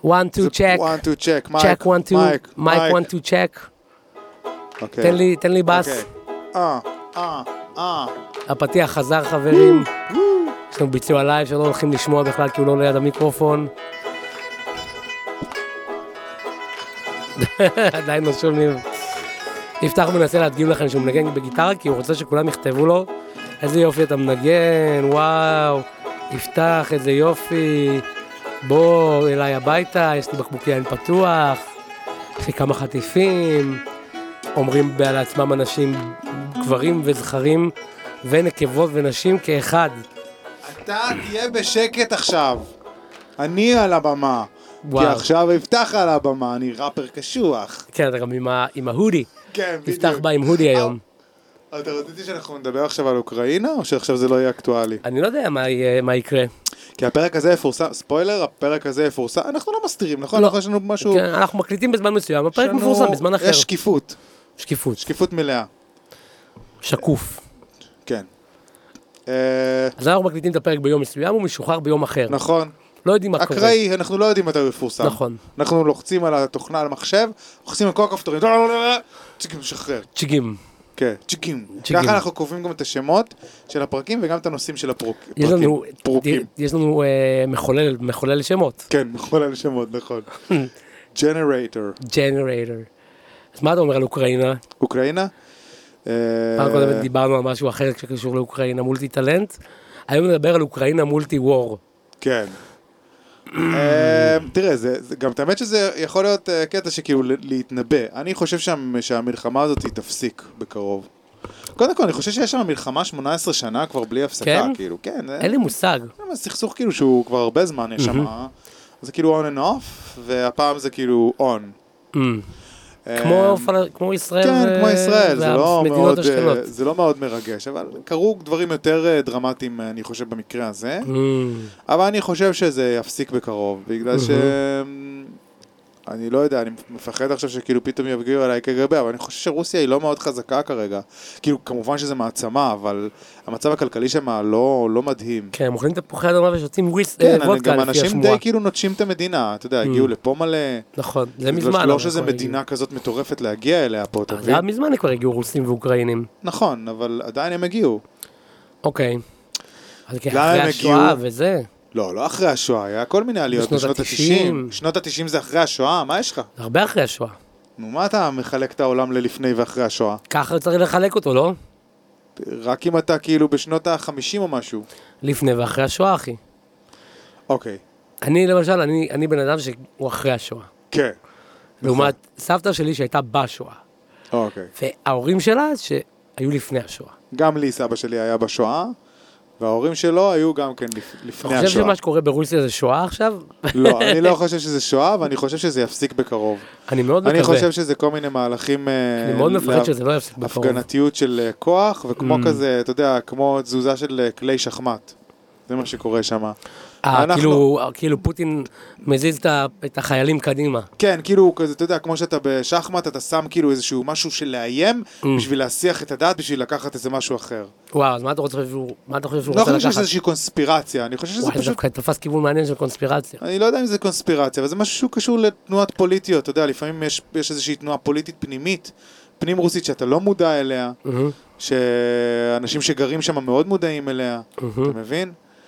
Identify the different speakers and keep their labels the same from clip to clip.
Speaker 1: 1, 2, check.
Speaker 2: 1, 2, check.
Speaker 1: check, 1, 2. מייק, 1, 2, check. תן לי בס. הפתיח חזר, חברים. יש לנו ביצוע לייב שלא הולכים לשמוע בכלל כי הוא לא ליד המיקרופון. עדיין לא שומעים. יפתח מנסה להדגים לכם שהוא מנגן בגיטרה כי הוא רוצה שכולם יכתבו לו איזה יופי אתה מנגן, וואו, יפתח, איזה יופי, בוא אליי הביתה, יש לי בקבוקי יין פתוח, יש לי כמה חטיפים, אומרים בעל עצמם אנשים, גברים וזכרים ונקבות ונשים כאחד.
Speaker 2: אתה תהיה בשקט עכשיו, אני על הבמה, כי עכשיו יפתח על הבמה, אני ראפר קשוח.
Speaker 1: כן, אתה גם עם ההודי.
Speaker 2: כן, בדיוק.
Speaker 1: יפתח בה עם הודי היום.
Speaker 2: אתה רציתי שאנחנו נדבר עכשיו על אוקראינה, או שעכשיו זה לא יהיה אקטואלי?
Speaker 1: אני לא יודע מה יקרה.
Speaker 2: כי הפרק הזה יפורסם, ספוילר, הפרק הזה יפורסם, אנחנו לא מסתירים, נכון?
Speaker 1: לא.
Speaker 2: יש לנו משהו...
Speaker 1: כן, אנחנו מקליטים בזמן מסוים, הפרק מפורסם בזמן אחר.
Speaker 2: יש שקיפות. שקיפות מלאה.
Speaker 1: שקוף.
Speaker 2: כן.
Speaker 1: אז אנחנו מקליטים את הפרק ביום מסוים, הוא משוחרר ביום אחר.
Speaker 2: נכון.
Speaker 1: לא יודעים מה קורה.
Speaker 2: אקראי, אנחנו לא יודעים מתי הוא יפורסם.
Speaker 1: נכון.
Speaker 2: אנחנו לוחצים על התוכנה, על המחשב, לוחצים על כל הכפתורים, צ'יקים, משחרר.
Speaker 1: צ'יקים.
Speaker 2: כן, צ'יקים. ככה אנחנו קובעים גם את השמות של הפרקים וגם את הנושאים של הפרקים.
Speaker 1: יש לנו מחולל שמות.
Speaker 2: כן, מחולל שמות, נכון. ג'נרייטור.
Speaker 1: אז מה אתה אומר על אוקראינה?
Speaker 2: אוקראינה?
Speaker 1: פעם קודמת דיברנו על משהו אחר שקשור לאוקראינה, מולטי טלנט. היום נדבר על אוקראינה מולטי וור.
Speaker 2: כן. תראה, גם האמת שזה יכול להיות קטע שכאילו להתנבא. אני חושב שהמלחמה הזאת תפסיק בקרוב. קודם כל, אני חושב שיש שם מלחמה 18 שנה כבר בלי הפסקה, כאילו, כן. אין
Speaker 1: לי מושג.
Speaker 2: זה סכסוך כאילו שהוא כבר הרבה זמן יש שם. זה כאילו on and off, והפעם זה כאילו on.
Speaker 1: כמו ישראל.
Speaker 2: כן, כמו ישראל,
Speaker 1: והמדינות השכנות.
Speaker 2: זה לא מאוד מרגש, אבל קרו דברים יותר דרמטיים, אני חושב, במקרה הזה. אבל אני חושב שזה יפסיק בקרוב, בגלל אני לא יודע, אני מפחד עכשיו שכאילו פתאום יפגיעו עליי כגבי, אבל אני חושב שרוסיה היא לא מאוד חזקה כרגע. כאילו, כמובן שזה מעצמה, אבל המצב הכלכלי שמה לא מדהים.
Speaker 1: כן, הם אוכלים תפוחי אדמה ושותים וודקה לפי השמועה.
Speaker 2: גם אנשים די כאילו נוטשים את המדינה, אתה יודע, הגיעו לפה מלא.
Speaker 1: נכון, זה מזמן.
Speaker 2: לא שזה מדינה כזאת מטורפת להגיע אליה פה, אתה מבין?
Speaker 1: זה מזמן כבר הגיעו רוסים ואוקראינים.
Speaker 2: נכון, אבל עדיין הם הגיעו.
Speaker 1: אוקיי. אז אחרי השואה וזה.
Speaker 2: לא אחרי השואה, היה כל מיני עליות בשנות ה-90. שנות ה-90 זה אחרי השואה, מה יש לך?
Speaker 1: הרבה אחרי השואה.
Speaker 2: נו, מה אתה מחלק את העולם ללפני ואחרי השואה?
Speaker 1: ככה צריך לחלק אותו, לא?
Speaker 2: רק אם אתה כאילו בשנות ה-50 או משהו.
Speaker 1: לפני ואחרי השואה, אחי.
Speaker 2: אוקיי.
Speaker 1: אני למשל, אני בן אדם שהוא אחרי השואה.
Speaker 2: כן.
Speaker 1: לעומת סבתא שלי שהייתה בשואה.
Speaker 2: אוקיי.
Speaker 1: וההורים שלה שהיו לפני השואה.
Speaker 2: גם לי סבא שלי היה בשואה. וההורים שלו היו גם כן לפני השואה.
Speaker 1: אתה חושב שמה שקורה ברוסיה זה שואה עכשיו?
Speaker 2: לא, אני לא חושב שזה שואה, ואני חושב שזה יפסיק בקרוב.
Speaker 1: אני מאוד מקווה.
Speaker 2: אני חושב שזה כל מיני מהלכים...
Speaker 1: אני מאוד מפחד שזה לא יפסיק בקרוב.
Speaker 2: הפגנתיות של כוח, וכמו כזה, אתה יודע, כמו תזוזה של כלי שחמט. זה מה שקורה שם.
Speaker 1: כאילו פוטין מזיז את החיילים קדימה.
Speaker 2: כן, כאילו, אתה יודע, כמו שאתה בשחמט, אתה שם כאילו איזשהו משהו של לאיים, בשביל להסיח את הדעת, בשביל לקחת איזה משהו אחר.
Speaker 1: וואו, אז מה אתה חושב שהוא רוצה לקחת?
Speaker 2: לא חושב שזה איזושהי קונספירציה, אני חושב שזה פשוט...
Speaker 1: וואי, זה תפס כיוון מעניין של קונספירציה.
Speaker 2: אני לא יודע אם זה קונספירציה, אבל זה משהו שקשור לתנועת פוליטיות, אתה יודע, לפעמים יש איזושהי תנועה פוליטית פנימית, פנים רוסית שאתה לא מודע אליה, שאנשים שגרים שם מאוד מודעים אליה, אתה מבין?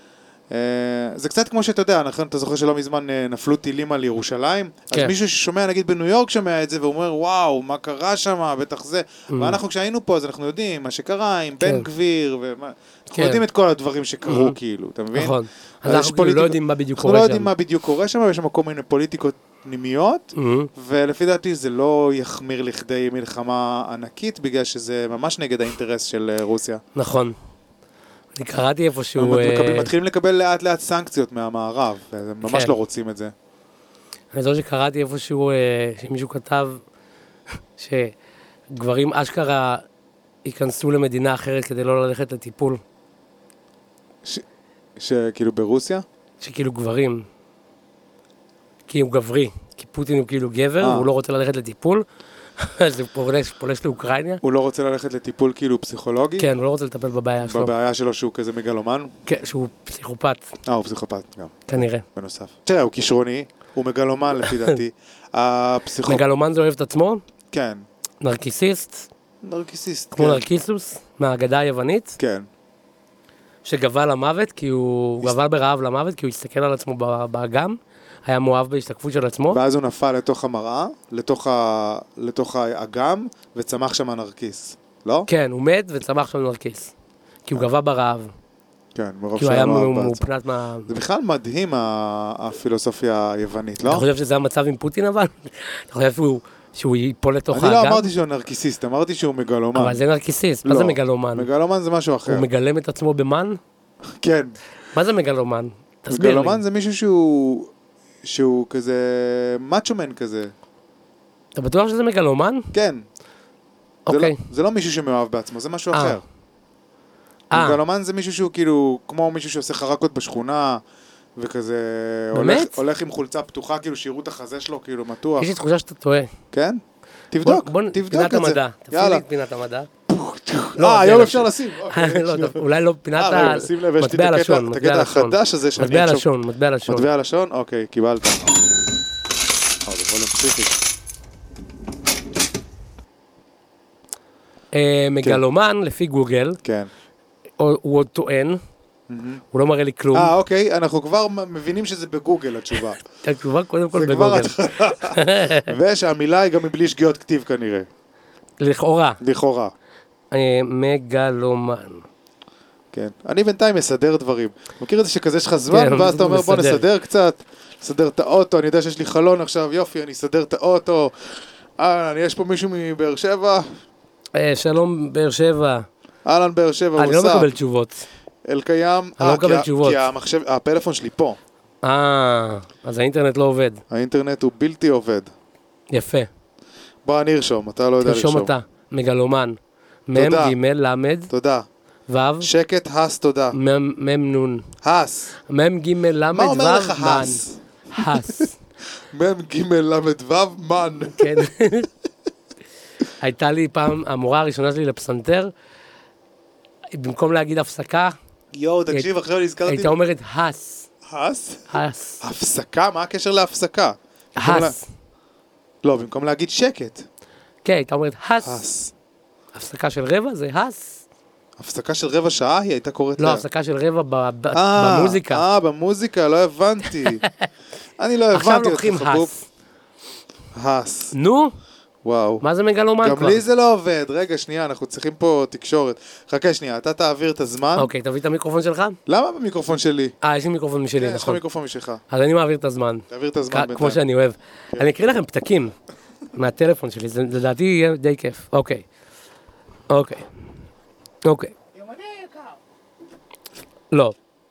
Speaker 2: זה קצת כמו שאתה יודע, אתה זוכר שלא מזמן נפלו טילים על ירושלים, אז מישהו ששומע נגיד בניו יורק שומע את זה ואומר וואו, מה קרה שם, בטח זה, ואנחנו כשהיינו פה אז אנחנו יודעים מה שקרה עם בן גביר, אנחנו יודעים את כל הדברים שקרו כאילו, אתה מבין?
Speaker 1: נכון, אז אנחנו לא יודעים מה בדיוק קורה שם.
Speaker 2: אנחנו לא יודעים מה בדיוק קורה שם, ויש שם כל מיני פוליטיקות פנימיות, ולפי דעתי זה לא יחמיר לכדי מלחמה ענקית, בגלל שזה ממש נגד האינטרס של רוסיה.
Speaker 1: נכון. אני קראתי איפשהו...
Speaker 2: מתחילים לקבל לאט לאט סנקציות מהמערב, הם ממש לא רוצים את זה.
Speaker 1: אני זוכר שקראתי איפשהו שמישהו כתב שגברים אשכרה ייכנסו למדינה אחרת כדי לא ללכת לטיפול.
Speaker 2: שכאילו ברוסיה?
Speaker 1: שכאילו גברים. כי הוא גברי. כי פוטין הוא כאילו גבר, והוא לא רוצה ללכת לטיפול. אז הוא פולש לאוקראינה.
Speaker 2: הוא לא רוצה ללכת לטיפול כאילו פסיכולוגי?
Speaker 1: כן, הוא לא רוצה לטפל בבעיה שלו.
Speaker 2: בבעיה שלו שהוא כזה מגלומן?
Speaker 1: כן, שהוא פסיכופת.
Speaker 2: הוא פסיכופת גם.
Speaker 1: כנראה.
Speaker 2: בנוסף. תראה, הוא כישרוני. הוא מגלומן לפי דעתי.
Speaker 1: מגלומן זה אוהב את עצמו?
Speaker 2: כן.
Speaker 1: נרקיסיסט?
Speaker 2: נרקיסיסט,
Speaker 1: כמו
Speaker 2: כן.
Speaker 1: נרקיסוס, מהאגדה היוונית?
Speaker 2: כן.
Speaker 1: שגבל למוות, כי הוא גבל ברעב למוות, כי הוא הסתכל על עצמו באגם, היה מאוהב בהשתקפות של עצמו.
Speaker 2: ואז הוא נפל לתוך המראה, לתוך האגם, וצמח שם הנרקיס. לא?
Speaker 1: כן, הוא מת וצמח שם נרקיס. כי הוא גבל ברעב.
Speaker 2: כן, מרוב
Speaker 1: כי הוא היה
Speaker 2: שהיה מאוהב בעצמו.
Speaker 1: מופנט מה...
Speaker 2: זה בכלל מדהים הפילוסופיה היוונית, לא?
Speaker 1: אתה חושב שזה המצב עם פוטין אבל? אתה חושב שהוא ייפול לתוך האגם?
Speaker 2: אני לא אמרתי שהוא נרקיסיסט, אמרתי שהוא מגלומן.
Speaker 1: אבל זה נרקיסיסט, מה זה מגלומן?
Speaker 2: מגלומן זה משהו אחר.
Speaker 1: הוא מגלם את עצמו במן?
Speaker 2: כן.
Speaker 1: מה זה מגלומן? תסביר לי.
Speaker 2: מגלומן זה מישהו שהוא כזה מאצ'ומן כזה.
Speaker 1: אתה בטוח שזה מגלומן?
Speaker 2: כן.
Speaker 1: אוקיי.
Speaker 2: זה לא מישהו שמאוהב בעצמו, זה משהו אחר. מגלומן זה מישהו שהוא כאילו, כמו מישהו שעושה חרקות בשכונה, וכזה הולך עם חולצה פתוחה, כאילו שיראו את החזה שלו, כאילו מתוח.
Speaker 1: יש לי תחושה שאתה טועה.
Speaker 2: כן? תבדוק
Speaker 1: פינת
Speaker 2: את זה.
Speaker 1: המדע. תפעיל לי את פינת המדע.
Speaker 2: היום אפשר לשים.
Speaker 1: אולי לא פינת מטבע לשון.
Speaker 2: את הקטע החדש הזה שאני
Speaker 1: מטבע לשון, מטבע לשון.
Speaker 2: מטבע לשון? אוקיי, קיבלת. זה ווליום פסיכי.
Speaker 1: מגלומן, לפי גוגל, הוא עוד טוען, הוא לא מראה לי כלום.
Speaker 2: אוקיי, אנחנו כבר מבינים שזה בגוגל התשובה.
Speaker 1: התשובה קודם כל בגוגל.
Speaker 2: ושהמילה היא גם מבלי שגיאות כתיב כנראה.
Speaker 1: לכאורה.
Speaker 2: לכאורה.
Speaker 1: מגלומן.
Speaker 2: כן. אני בינתיים מסדר דברים. מכיר את זה שכזה יש לך זמן, ואז אתה אומר בוא נסדר קצת, נסדר את האוטו, אני יודע שיש לי חלון עכשיו, יופי, אני אסדר את האוטו. יש פה מישהו מבאר שבע?
Speaker 1: שלום באר שבע.
Speaker 2: אהלן באר שבע,
Speaker 1: אני לא מקבל תשובות.
Speaker 2: אל קיים.
Speaker 1: אני לא מקבל תשובות.
Speaker 2: כי הפלאפון שלי פה.
Speaker 1: אז האינטרנט לא עובד.
Speaker 2: האינטרנט הוא בלתי עובד.
Speaker 1: יפה.
Speaker 2: בוא אני ארשום, אתה לא יודע לרשום.
Speaker 1: תרשום אתה, מגלומן. מם, ג', למד.
Speaker 2: תודה.
Speaker 1: וו.
Speaker 2: שקט, הס, תודה.
Speaker 1: מם, נון.
Speaker 2: הס.
Speaker 1: מם, ג', למד, וו, מן.
Speaker 2: מה אומר לך הס?
Speaker 1: הס.
Speaker 2: מם, ג', למד, וו, מן.
Speaker 1: כן. הייתה לי פעם, המורה הראשונה שלי לפסנתר, במקום להגיד הפסקה,
Speaker 2: תקשיב, עכשיו נזכרתי.
Speaker 1: הייתה אומרת הס.
Speaker 2: הס?
Speaker 1: הס.
Speaker 2: הפסקה? מה הקשר להפסקה?
Speaker 1: הס.
Speaker 2: לא, במקום להגיד שקט.
Speaker 1: כן, הייתה אומרת הס.
Speaker 2: הס.
Speaker 1: הפסקה של רבע זה הס.
Speaker 2: הפסקה של רבע שעה היא הייתה קוראת
Speaker 1: לא, הפסקה של רבע במוזיקה.
Speaker 2: במוזיקה, לא הבנתי. אני לא הבנתי.
Speaker 1: עכשיו לוקחים הס.
Speaker 2: הס.
Speaker 1: נו?
Speaker 2: וואו.
Speaker 1: מה זה מגלומן כבר?
Speaker 2: גם לי זה לא עובד. רגע, שנייה, אנחנו צריכים פה תקשורת. חכה שנייה, אתה תעביר את הזמן.
Speaker 1: אוקיי, תביא את המיקרופון שלך?
Speaker 2: למה במיקרופון שלי?
Speaker 1: יש לי מיקרופון משלי, נכון.
Speaker 2: יש לך מיקרופון משלך.
Speaker 1: אז אני מעביר את הזמן.
Speaker 2: תעביר את הזמן בינתיים.
Speaker 1: כמו שאני אוהב. אני אקריא לכם פתקים מהטלפון שלי, זה לדעתי יהיה די כיף. אוקיי.
Speaker 2: יומני יקר.
Speaker 1: לא.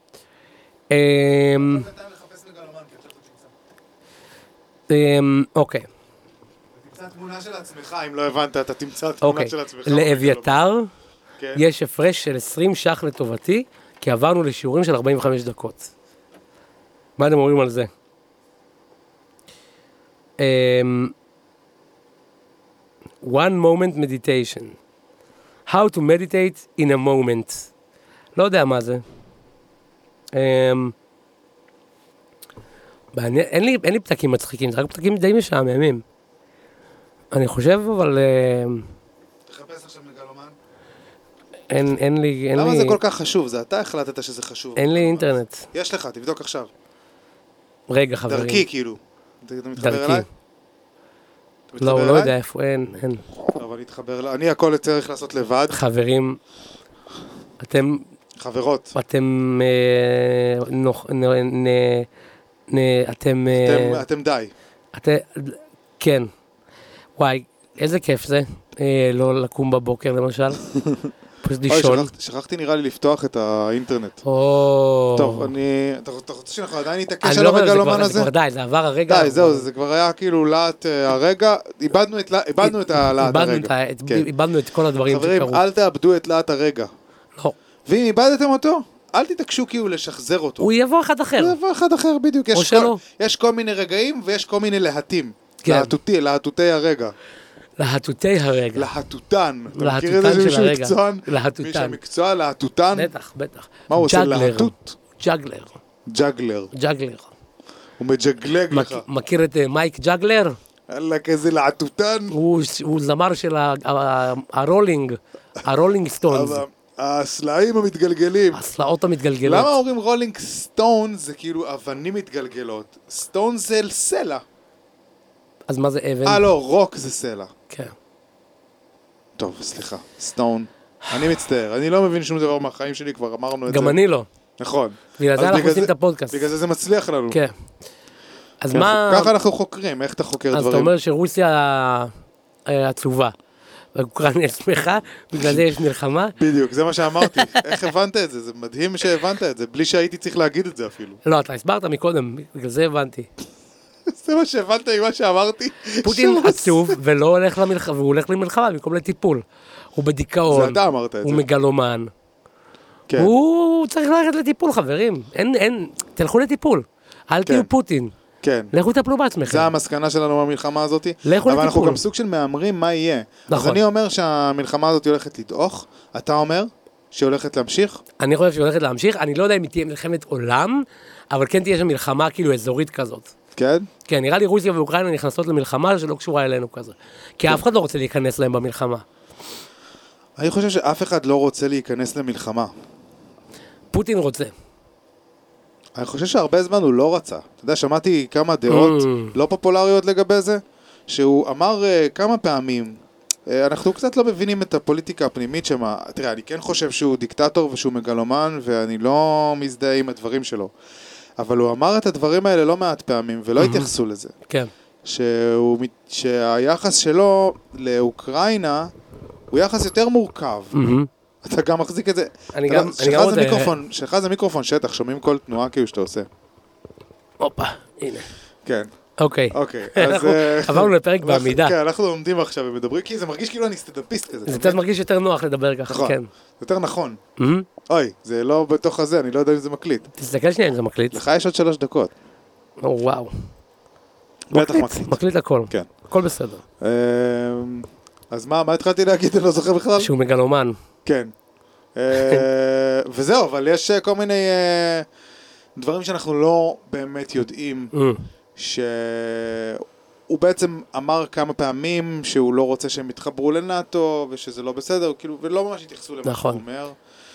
Speaker 1: אוקיי.
Speaker 2: תמצא תמונה של עצמך, אם לא הבנת, אתה תמצא תמונה של עצמך.
Speaker 1: לאביתר יש הפרש של 20 ש"ח לטובתי, כי עברנו לשיעורים של 45 דקות. מה אתם אומרים על זה? One moment meditation. How to meditate in a moment. לא יודע מה זה. אין לי פתקים מצחיקים, זה רק פתקים די משעממים. אני חושב, אבל...
Speaker 2: תחפש עכשיו מגלומן.
Speaker 1: אין לי...
Speaker 2: למה זה כל כך חשוב? זה אתה החלטת שזה חשוב.
Speaker 1: אין לי אינטרנט.
Speaker 2: יש לך, תבדוק עכשיו.
Speaker 1: רגע, חברים.
Speaker 2: דרכי, כאילו. אתה מתחבר אליי?
Speaker 1: לא, הוא לא יודע איפה, אין.
Speaker 2: אבל נתחבר אליי. אני הכל צריך לעשות לבד.
Speaker 1: חברים, אתם...
Speaker 2: חברות.
Speaker 1: אתם...
Speaker 2: אתם די.
Speaker 1: כן. וואי, איזה כיף זה, לא לקום בבוקר למשל. פשוט לישון.
Speaker 2: שכחתי נראה לי לפתוח את האינטרנט. טוב, אתה רוצה שאנחנו עדיין נתעקש על המגלומן הזה?
Speaker 1: זה כבר די, זה עבר הרגע.
Speaker 2: די, זהו, זה כבר היה כאילו להט הרגע, איבדנו את הלהט הרגע.
Speaker 1: איבדנו את כל הדברים שקרו.
Speaker 2: חברים, אל תאבדו את להט הרגע.
Speaker 1: לא.
Speaker 2: ואם איבדתם אותו, אל תתעקשו כאילו לשחזר אותו.
Speaker 1: הוא יבוא אחד אחר.
Speaker 2: הוא יבוא אחד אחר, בדיוק.
Speaker 1: או שלא.
Speaker 2: יש כל מיני רגעים ויש כל מיני להטים. להטותי הרגע.
Speaker 1: להטותי הרגע.
Speaker 2: להטוטן.
Speaker 1: להטוטן של הרגע.
Speaker 2: להטוטן. מישהו מקצוע, להטוטן.
Speaker 1: בטח.
Speaker 2: מה הוא עושה? להטוט?
Speaker 1: ג'אגלר.
Speaker 2: ג'אגלר. הוא מג'גלג לך.
Speaker 1: מכיר את מייק ג'אגלר?
Speaker 2: אללה, כזה לעטוטן.
Speaker 1: הוא זמר של הרולינג סטונס.
Speaker 2: הסלעים המתגלגלים.
Speaker 1: הסלעות המתגלגלות.
Speaker 2: למה אומרים רולינג סטון זה כאילו אבנים מתגלגלות? סטון זה סלע.
Speaker 1: אז מה זה אבן?
Speaker 2: לא, רוק זה סלע.
Speaker 1: כן.
Speaker 2: טוב, סליחה, סטון. אני מצטער, אני לא מבין שום דבר מהחיים שלי, כבר אמרנו את זה.
Speaker 1: גם אני לא.
Speaker 2: נכון.
Speaker 1: בגלל זה אנחנו עושים את הפודקאסט.
Speaker 2: בגלל זה מצליח לנו.
Speaker 1: כן. אז מה...
Speaker 2: ככה אנחנו חוקרים, איך אתה חוקר דברים?
Speaker 1: אז אתה אומר שרוסיה עצובה. ואוקראינה שמחה, בגלל זה יש מלחמה.
Speaker 2: בדיוק, זה מה שאמרתי. איך הבנת את זה? זה מדהים שהבנת את זה, בלי שהייתי צריך להגיד את זה אפילו.
Speaker 1: לא, אתה הסברת מקודם, בגלל זה הבנתי.
Speaker 2: זה מה שהבנת עם מה שאמרתי.
Speaker 1: פוטין עצוב ולא הולך למלחמה, והוא הולך למלחמה במקום לטיפול. הוא בדיכאון.
Speaker 2: זה אתה אמרת את זה.
Speaker 1: הוא מגלומן.
Speaker 2: כן.
Speaker 1: הוא צריך ללכת לטיפול, חברים. תלכו לטיפול. אל תהיו פוטין.
Speaker 2: כן.
Speaker 1: לכו תטפלו בעצמכם.
Speaker 2: זה המסקנה שלנו במלחמה הזאת.
Speaker 1: לכו לטיפול.
Speaker 2: אבל אנחנו גם סוג של מאמרים מה יהיה.
Speaker 1: נכון.
Speaker 2: אז אני אומר שהמלחמה הזאת הולכת לדעוך. אתה אומר שהיא הולכת להמשיך?
Speaker 1: אני חושב שהיא הולכת להמשיך. אני לא יודע אם היא תהיה מלחמת עולם, אבל כן תהיה שם מלחמה כאילו אזורית כזאת.
Speaker 2: כן?
Speaker 1: כן, נראה לי רוסיה ואוקראינה נכנסות למלחמה שלא קשורה אלינו כזה. כי אף אחד לא רוצה להיכנס להם במלחמה.
Speaker 2: אני חושב שאף אחד לא רוצה להיכנס למלחמה.
Speaker 1: פוטין רוצה.
Speaker 2: אני חושב שהרבה זמן הוא לא רצה. אתה יודע, שמעתי כמה דעות לא פופולריות לגבי זה, שהוא אמר כמה פעמים, אנחנו קצת לא מבינים את הפוליטיקה הפנימית שמה, תראה, אני כן חושב שהוא דיקטטור ושהוא מגלומן, ואני לא מזדהה עם הדברים שלו. אבל הוא אמר את הדברים האלה לא מעט פעמים, ולא התייחסו לזה.
Speaker 1: כן.
Speaker 2: שהיחס שלו לאוקראינה הוא יחס יותר מורכב. אתה גם מחזיק את זה.
Speaker 1: אני גם עוד...
Speaker 2: שלך זה מיקרופון שטח, שומעים כל תנועה כאילו שאתה עושה.
Speaker 1: הופה, הנה.
Speaker 2: כן.
Speaker 1: אוקיי.
Speaker 2: אז...
Speaker 1: עברנו לפרק בעמידה.
Speaker 2: כן, אנחנו עומדים עכשיו ומדברים, כי זה מרגיש כאילו אני סטנדאפיסט כזה.
Speaker 1: זה קצת מרגיש יותר נוח לדבר ככה,
Speaker 2: נכון.
Speaker 1: כן.
Speaker 2: יותר נכון. אוי, זה לא בתוך הזה, אני לא יודע אם זה מקליט.
Speaker 1: תסתכל שנייה אם זה מקליט.
Speaker 2: לך יש עוד 3 דקות.
Speaker 1: וואו.
Speaker 2: בטח מקליט.
Speaker 1: מקליט הכל.
Speaker 2: כן.
Speaker 1: הכל בסדר.
Speaker 2: אז מה התחלתי להגיד? אני לא זוכר בכלל.
Speaker 1: שהוא מגלומן.
Speaker 2: כן. וזהו, אבל יש כל מיני דברים שאנחנו לא באמת יודעים, שהוא בעצם אמר כמה פעמים שהוא לא רוצה שהם יתחברו לנאטו, ושזה לא בסדר, כאילו, ולא ממש התייחסו למה שהוא אומר.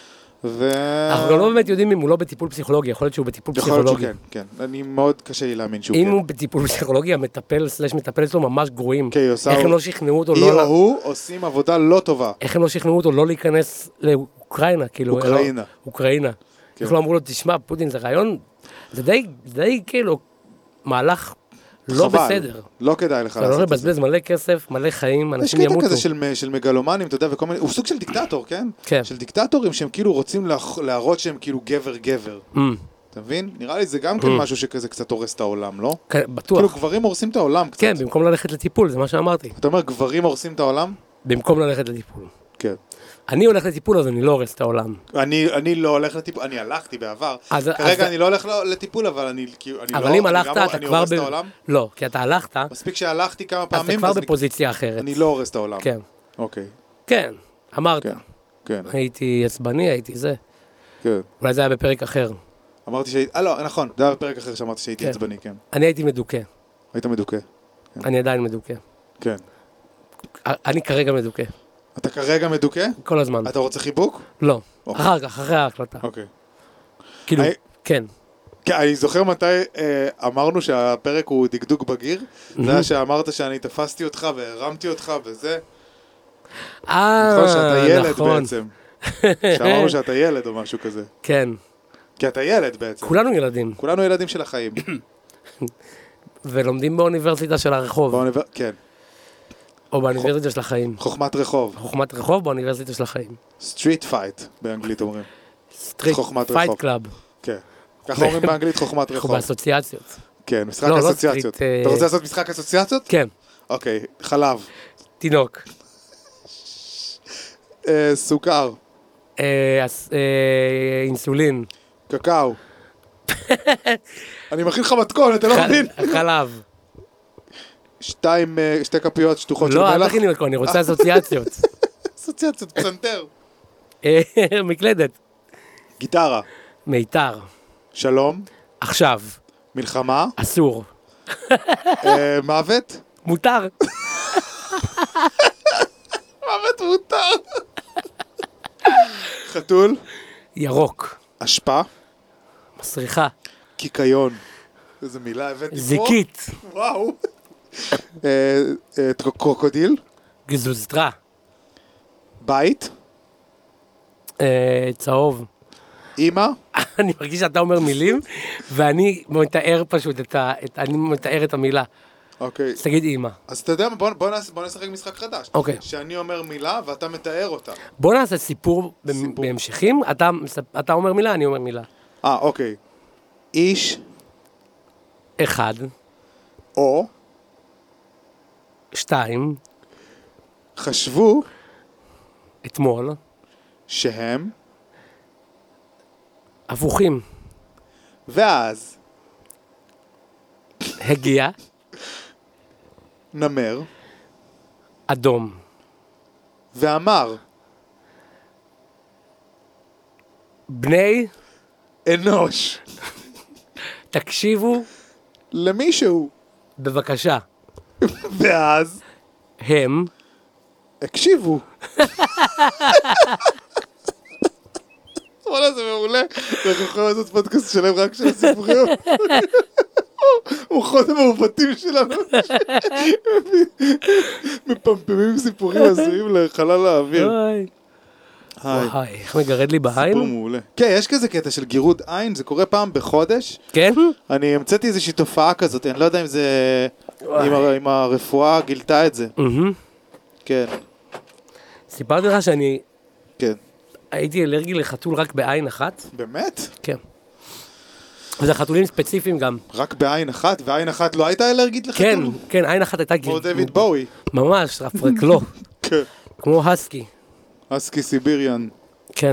Speaker 1: אנחנו לא באמת יודעים אם הוא לא בטיפול פסיכולוגי, יכול להיות שהוא בטיפול פסיכולוגי.
Speaker 2: יכול להיות שכן, כן. אני מאוד קשה לי להאמין שהוא כן.
Speaker 1: אם הוא בטיפול פסיכולוגי, המטפל שלו ממש גרועים. איך
Speaker 2: איך
Speaker 1: הם לא שכנעו אותו
Speaker 2: היא או הוא עושים עבודה לא טובה.
Speaker 1: איך הם לא שכנעו אותו לא להיכנס לאוקראינה, כאילו... אוקראינה. איך לא אמרו לו, תשמע, פוטין זה רעיון, זה די כאילו מהלך לא בסדר.
Speaker 2: לא כדאי לך לעשות
Speaker 1: את זה. לא לבזבז מלא כסף, מלא חיים, אנשים ימותו.
Speaker 2: יש קטע כזה של מגלומנים, אתה יודע, וכל מיני... הוא סוג של דיקטטור, כן?
Speaker 1: כן.
Speaker 2: של דיקטטורים שהם כאילו רוצים להראות שהם כאילו גבר. אתה מבין? נראה לי זה גם כן משהו שכזה קצת הורס את העולם, לא?
Speaker 1: כן, בטוח.
Speaker 2: כאילו גברים הורסים את העולם קצת.
Speaker 1: כן, במקום ללכת לטיפול, זה מה שאמרתי.
Speaker 2: אתה אומר גברים הורסים את העולם?
Speaker 1: במקום ללכת לטיפול.
Speaker 2: כן.
Speaker 1: אני הולך לטיפול, אז אני לא הורס את העולם.
Speaker 2: אני לא הולך לטיפול, אני הלכתי בעבר. כרגע אני לא הולך לטיפול, אבל אני לא...
Speaker 1: אבל אם הלכת, אתה כבר...
Speaker 2: הורס את העולם?
Speaker 1: לא, כי אתה הלכת...
Speaker 2: מספיק שהלכתי כמה פעמים...
Speaker 1: אז אתה כבר בפוזיציה אחרת.
Speaker 2: אני לא הורס את העולם.
Speaker 1: כן.
Speaker 2: אוקיי.
Speaker 1: כן, אמרת.
Speaker 2: כן.
Speaker 1: הייתי עצבני, הייתי זה.
Speaker 2: כן.
Speaker 1: אולי זה היה בפרק אחר.
Speaker 2: אמרתי שהייתי... לא, נכון, זה היה בפרק אחר שאמרתי שהייתי עצבני, כן.
Speaker 1: אני הייתי מדוכא.
Speaker 2: היית מדוכא.
Speaker 1: אני עדיין מדוכא.
Speaker 2: כן.
Speaker 1: אני כרגע מדוכא.
Speaker 2: אתה כרגע מדוכא?
Speaker 1: כל הזמן.
Speaker 2: אתה רוצה חיבוק?
Speaker 1: לא. אחר כך, אחרי ההקלטה.
Speaker 2: אוקיי.
Speaker 1: כאילו, כן.
Speaker 2: כן, אני זוכר מתי אמרנו שהפרק הוא דקדוק בגיר. זה היה שאמרת שאני תפסתי אותך והרמתי אותך וזה. נכון, שאתה ילד בעצם. שאמרנו שאתה ילד או משהו כזה.
Speaker 1: כן.
Speaker 2: כי אתה ילד בעצם.
Speaker 1: כולנו ילדים.
Speaker 2: כולנו ילדים של החיים.
Speaker 1: ולומדים באוניברסיטה של הרחוב.
Speaker 2: כן.
Speaker 1: או באוניברסיטה של החיים.
Speaker 2: חוכמת רחוב.
Speaker 1: חוכמת רחוב באוניברסיטה של החיים.
Speaker 2: סטריט פייט, באנגלית אומרים.
Speaker 1: סטריט פייט קלאב.
Speaker 2: כן. ככה אומרים באנגלית חוכמת רחוב.
Speaker 1: אנחנו באסוציאציות.
Speaker 2: כן, משחק אסוציאציות. אתה רוצה לעשות משחק אסוציאציות?
Speaker 1: כן.
Speaker 2: אוקיי, חלב.
Speaker 1: תינוק.
Speaker 2: סוכר.
Speaker 1: אינסולין.
Speaker 2: קקאו. אני מכין לך מתכון, אתה לא מבין?
Speaker 1: חלב.
Speaker 2: 2 כפיות שטוחות של
Speaker 1: לא,
Speaker 2: מלח.
Speaker 1: אל תכין לי מתכון, אני רוצה אסוציאציות.
Speaker 2: אסוציאציות, פסנתר.
Speaker 1: מקלדת.
Speaker 2: גיטרה.
Speaker 1: מיתר.
Speaker 2: שלום.
Speaker 1: עכשיו.
Speaker 2: מלחמה?
Speaker 1: אסור.
Speaker 2: מוות?
Speaker 1: מותר.
Speaker 2: מוות מותר. חתול?
Speaker 1: ירוק.
Speaker 2: אשפה?
Speaker 1: מסריחה.
Speaker 2: קיקיון. איזה מילה הבאתי פה.
Speaker 1: זיקית.
Speaker 2: וואו. קרוקודיל?
Speaker 1: גזוזתרה.
Speaker 2: בית?
Speaker 1: צהוב.
Speaker 2: אמא?
Speaker 1: אני מרגיש שאתה אומר מילים, ואני מתאר פשוט אני מתאר את המילה.
Speaker 2: אוקיי.
Speaker 1: אז תגיד אמא.
Speaker 2: אז אתה יודע, בוא נשחק משחק חדש.
Speaker 1: אוקיי.
Speaker 2: שאני אומר מילה ואתה מתאר אותה.
Speaker 1: בוא נעשה סיפור בהמשכים, אתה אומר מילה, אני אומר מילה.
Speaker 2: אוקיי. איש.
Speaker 1: אחד.
Speaker 2: או.
Speaker 1: 2.
Speaker 2: חשבו.
Speaker 1: אתמול.
Speaker 2: שהם.
Speaker 1: הפוכים.
Speaker 2: ואז.
Speaker 1: הגיע.
Speaker 2: נמר.
Speaker 1: אדום.
Speaker 2: ואמר.
Speaker 1: בני.
Speaker 2: אנוש.
Speaker 1: תקשיבו.
Speaker 2: למישהו.
Speaker 1: בבקשה.
Speaker 2: ואז.
Speaker 1: הם.
Speaker 2: הקשיבו. וואלה, זה מעולה. אנחנו יכולים לעשות פודקאסט שלם רק של הסיפוריות. מוחות המעוותים שלנו. מפמפמים סיפורים הזויים לחלל האוויר.
Speaker 1: וואי, איך מגרד לי בעין?
Speaker 2: סיפור מעולה. כן, יש כזה קטע של גירוד עין, זה קורה פעם בחודש.
Speaker 1: כן?
Speaker 2: אני המצאתי איזושהי תופעה כזאת, אני לא יודע אם זה... אם הרפואה גילתה את זה. כן.
Speaker 1: סיפרתי לך שאני
Speaker 2: כן.
Speaker 1: הייתי אלרגי לחתול רק בעין אחת.
Speaker 2: באמת?
Speaker 1: כן. וזה חתולים ספציפיים גם.
Speaker 2: רק בעין אחת? ועין אחת לא הייתה אלרגית לחתול?
Speaker 1: כן, כן, עין אחת הייתה
Speaker 2: כמו דויד בואי.
Speaker 1: ממש, רפרקלו.
Speaker 2: כן.
Speaker 1: כמו הסקי.
Speaker 2: הסקי סיביריאן.
Speaker 1: כן.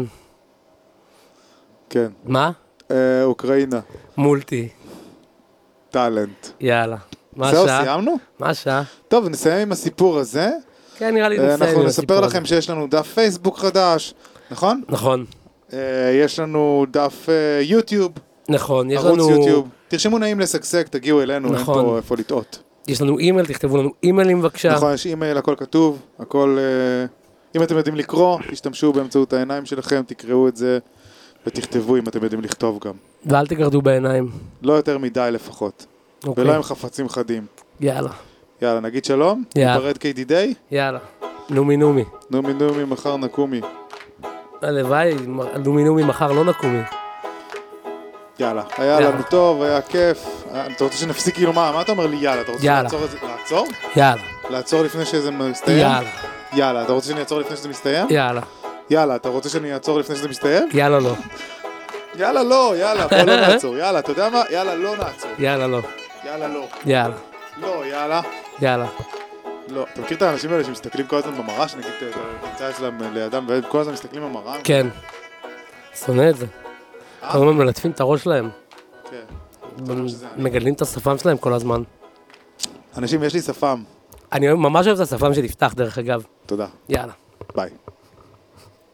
Speaker 2: כן.
Speaker 1: מה?
Speaker 2: אוקראינה.
Speaker 1: מולטי.
Speaker 2: טאלנט.
Speaker 1: יאללה. מה
Speaker 2: זהו,
Speaker 1: השעה?
Speaker 2: סיימנו?
Speaker 1: מה השעה?
Speaker 2: טוב, נסיים עם הסיפור הזה.
Speaker 1: כן, נראה לי נסיים עם
Speaker 2: אנחנו
Speaker 1: הסיפור
Speaker 2: נספר
Speaker 1: הזה.
Speaker 2: לכם שיש לנו דף פייסבוק חדש, נכון?
Speaker 1: נכון.
Speaker 2: יש לנו דף יוטיוב,
Speaker 1: נכון, יש
Speaker 2: ערוץ
Speaker 1: לנו...
Speaker 2: יוטיוב. תרשמו נעים לשגשג, תגיעו אלינו, אין
Speaker 1: נכון.
Speaker 2: פה איפה לטעות.
Speaker 1: יש לנו אימייל, תכתבו לנו אימיילים בבקשה.
Speaker 2: נכון, יש אימייל, הכל כתוב, הכל... אם אתם יודעים לקרוא, תשתמשו באמצעות העיניים שלכם, תקראו את זה ותכתבו אם אתם יודעים לכתוב גם.
Speaker 1: ואל תגרדו בעיניים.
Speaker 2: לא יותר מדי לפחות.
Speaker 1: אוקיי.
Speaker 2: ולא עם חפצים חדים.
Speaker 1: יאללה.
Speaker 2: יאללה, נגיד שלום?
Speaker 1: יאללה.
Speaker 2: ניפרד כידידי?
Speaker 1: יאללה. נומי נומי.
Speaker 2: נומי נומי, מחר נקומי.
Speaker 1: הלוואי, נומי נומי מחר לא נקומי.
Speaker 2: יאללה, היה לנו טוב, היה כיף. אתה רוצה שנפסיק כאילו מה אתה אומר לי יאללה? אתה רוצה
Speaker 1: יאללה.
Speaker 2: לעצור את זה? לעצור?
Speaker 1: יאללה.
Speaker 2: לעצור לפני שזה מסתיים?
Speaker 1: יאללה.
Speaker 2: יאללה, אתה רוצה שאני אעצור לפני שזה מסתיים?
Speaker 1: יאללה.
Speaker 2: יאללה, אתה רוצה שאני אעצור לפני שזה מסתיים?
Speaker 1: יאללה לא.
Speaker 2: יאללה לא, יאללה, בוא לא נעצור, יאללה, אתה יודע מה? יאללה לא נעצור.
Speaker 1: יאללה לא.
Speaker 2: יאללה לא.
Speaker 1: יאללה.
Speaker 2: לא, יאללה.
Speaker 1: יאללה.
Speaker 2: לא. אתה מכיר את האנשים האלה שמסתכלים כל הזמן במראה, שנגיד אתה נמצא אצלם לידם והם כל הזמן מסתכלים במראה?
Speaker 1: כן. שונא את זה. כל הזמן מלטפים את הראש שלהם.
Speaker 2: כן.
Speaker 1: מגדלים את השפם שלהם כל הזמן.
Speaker 2: אנשים, יש לי שפם.
Speaker 1: אני ממש אוהב את השפם של יפתח דרך אגב.
Speaker 2: תודה.
Speaker 1: יאללה.
Speaker 2: ביי.